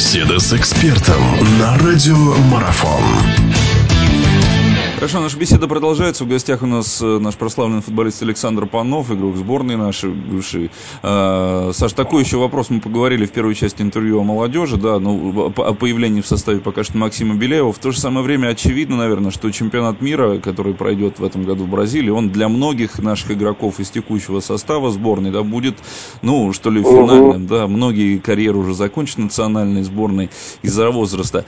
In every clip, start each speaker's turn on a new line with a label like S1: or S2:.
S1: Беседа с экспертом на радио Марафон.
S2: Хорошо, наша беседа продолжается. В гостях у нас наш прославленный футболист Александр Панов, игрок сборной нашей бывшей. Саш, такой еще вопрос. Мы поговорили в первой части интервью о молодежи, да, о появлении в составе пока что Максима Беляева. В то же самое время очевидно, наверное, что чемпионат мира, который пройдет в этом году в Бразилии, он для многих наших игроков из текущего состава сборной, да, будет, что ли, финальным, да. Многие карьеры уже закончат национальной сборной из-за возраста.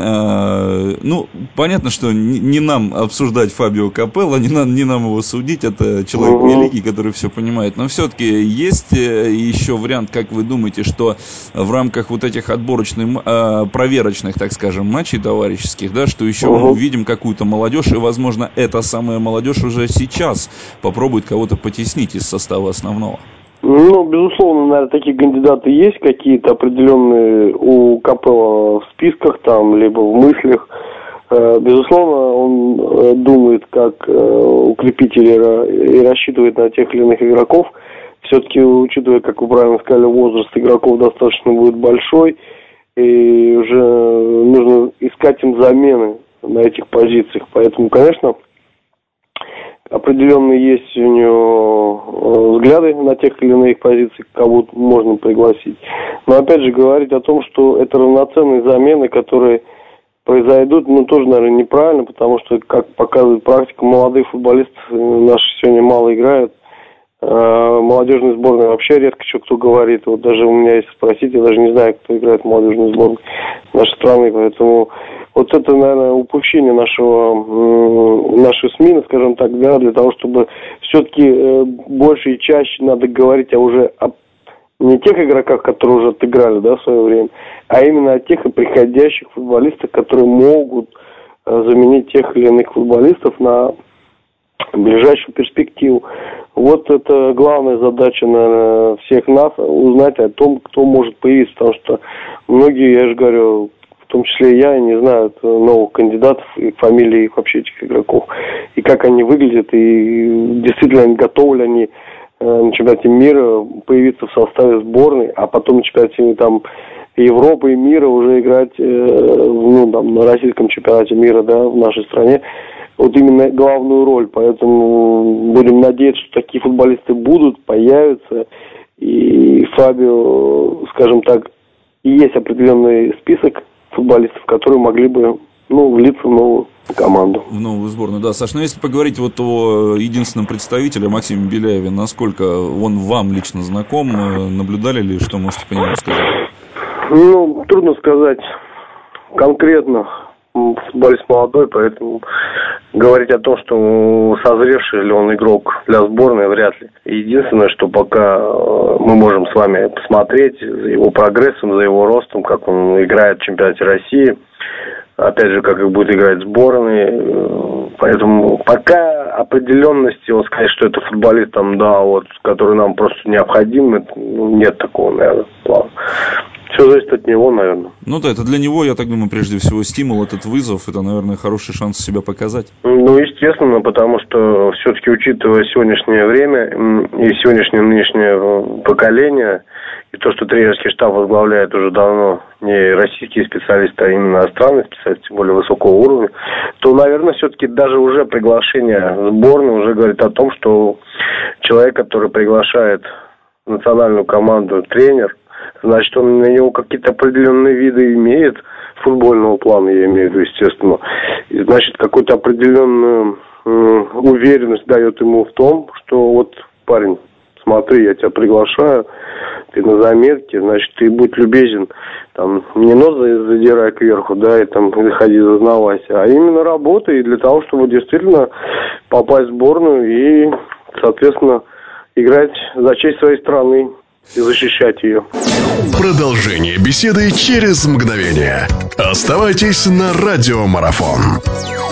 S2: Понятно, что не нам обсуждать Фабио Капелло, не нам его судить, это человек великий, который все понимает, но все-таки есть еще вариант, как вы думаете, что в рамках вот этих отборочных, проверочных, так скажем, матчей товарищеских, да, что еще мы увидим какую-то молодежь, и, возможно, эта самая молодежь уже сейчас попробует кого-то потеснить из состава основного?
S3: Безусловно, наверное, такие кандидаты есть, какие-то определенные у Капелло в списках там, либо в мыслях. Безусловно, он думает, как укрепить и рассчитывает на тех или иных игроков. Все-таки, учитывая, как вы правильно сказали, возраст игроков достаточно будет большой, и уже нужно искать им замены на этих позициях. Поэтому, конечно, определенные есть у него взгляды на тех или иных позициях, кого можно пригласить. Но, опять же, говорить о том, что это равноценные замены, которые произойдут, тоже, наверное, неправильно, потому что, как показывает практика, молодых футболистов наши сегодня мало играют. Молодежной сборной вообще редко что кто говорит. Вот даже у меня, если спросить, я даже не знаю, кто играет в молодежной сборной нашей страны. Поэтому вот это, наверное, упущение нашей СМИ, скажем так, да, для того, чтобы все-таки больше и чаще надо говорить уже о не тех игроках, которые уже отыграли, да, в свое время, а именно о тех и приходящих футболистах, которые могут заменить тех или иных футболистов на ближайшую перспективу. Вот это главная задача, наверное, всех нас, узнать о том, кто может появиться, потому что многие, я же говорю, в том числе и я, не знают новых кандидатов и фамилии их вообще этих игроков, и как они выглядят, и действительно готовы ли они на чемпионате мира появиться в составе сборной, а потом на чемпионате там Европы и мира уже играть на российском чемпионате мира, да, в нашей стране. Вот именно главную роль. Поэтому будем надеяться, что такие футболисты будут, появятся. И Фабио, скажем так, и есть определенный список футболистов, которые могли бы влиться в новую команду.
S2: В новую сборную, да. Саш, если поговорить вот о единственном представителе, Максиме Беляеве, насколько он вам лично знаком, наблюдали ли, что можете по нему сказать?
S3: Трудно сказать конкретно. Футболист молодой, поэтому говорить о том, что созревший ли он игрок для сборной, вряд ли. Единственное, что пока мы можем с вами посмотреть за его прогрессом, за его ростом, как он играет в чемпионате России, опять же, как и будет играть сборные. Поэтому пока определенности, сказать, что это футболист, который нам просто необходим, нет такого, наверное, плана. Все зависит от него, наверное.
S2: Это для него, я так думаю, прежде всего стимул, этот вызов, это, наверное, хороший шанс себя показать.
S3: Естественно, потому что все-таки, учитывая сегодняшнее время и сегодняшнее нынешнее поколение, и то, что тренерский штаб возглавляет уже давно не российские специалисты, а именно иностранные специалисты, тем более высокого уровня, то, наверное, все-таки даже уже приглашение сборной уже говорит о том, что человек, который приглашает национальную команду тренер, значит, он на него какие-то определенные виды имеет футбольного плана, я имею в виду, естественно. И, значит, какую-то определенную уверенность дает ему в том, что вот, парень, смотри, я тебя приглашаю, ты на заметке, значит, ты будь любезен, не нос задирай кверху, да, и заходи, зазнавайся, а именно работай для того, чтобы действительно попасть в сборную и, соответственно, играть за честь своей страны и защищать ее.
S1: Продолжение беседы через мгновение. Оставайтесь на радио Марафон.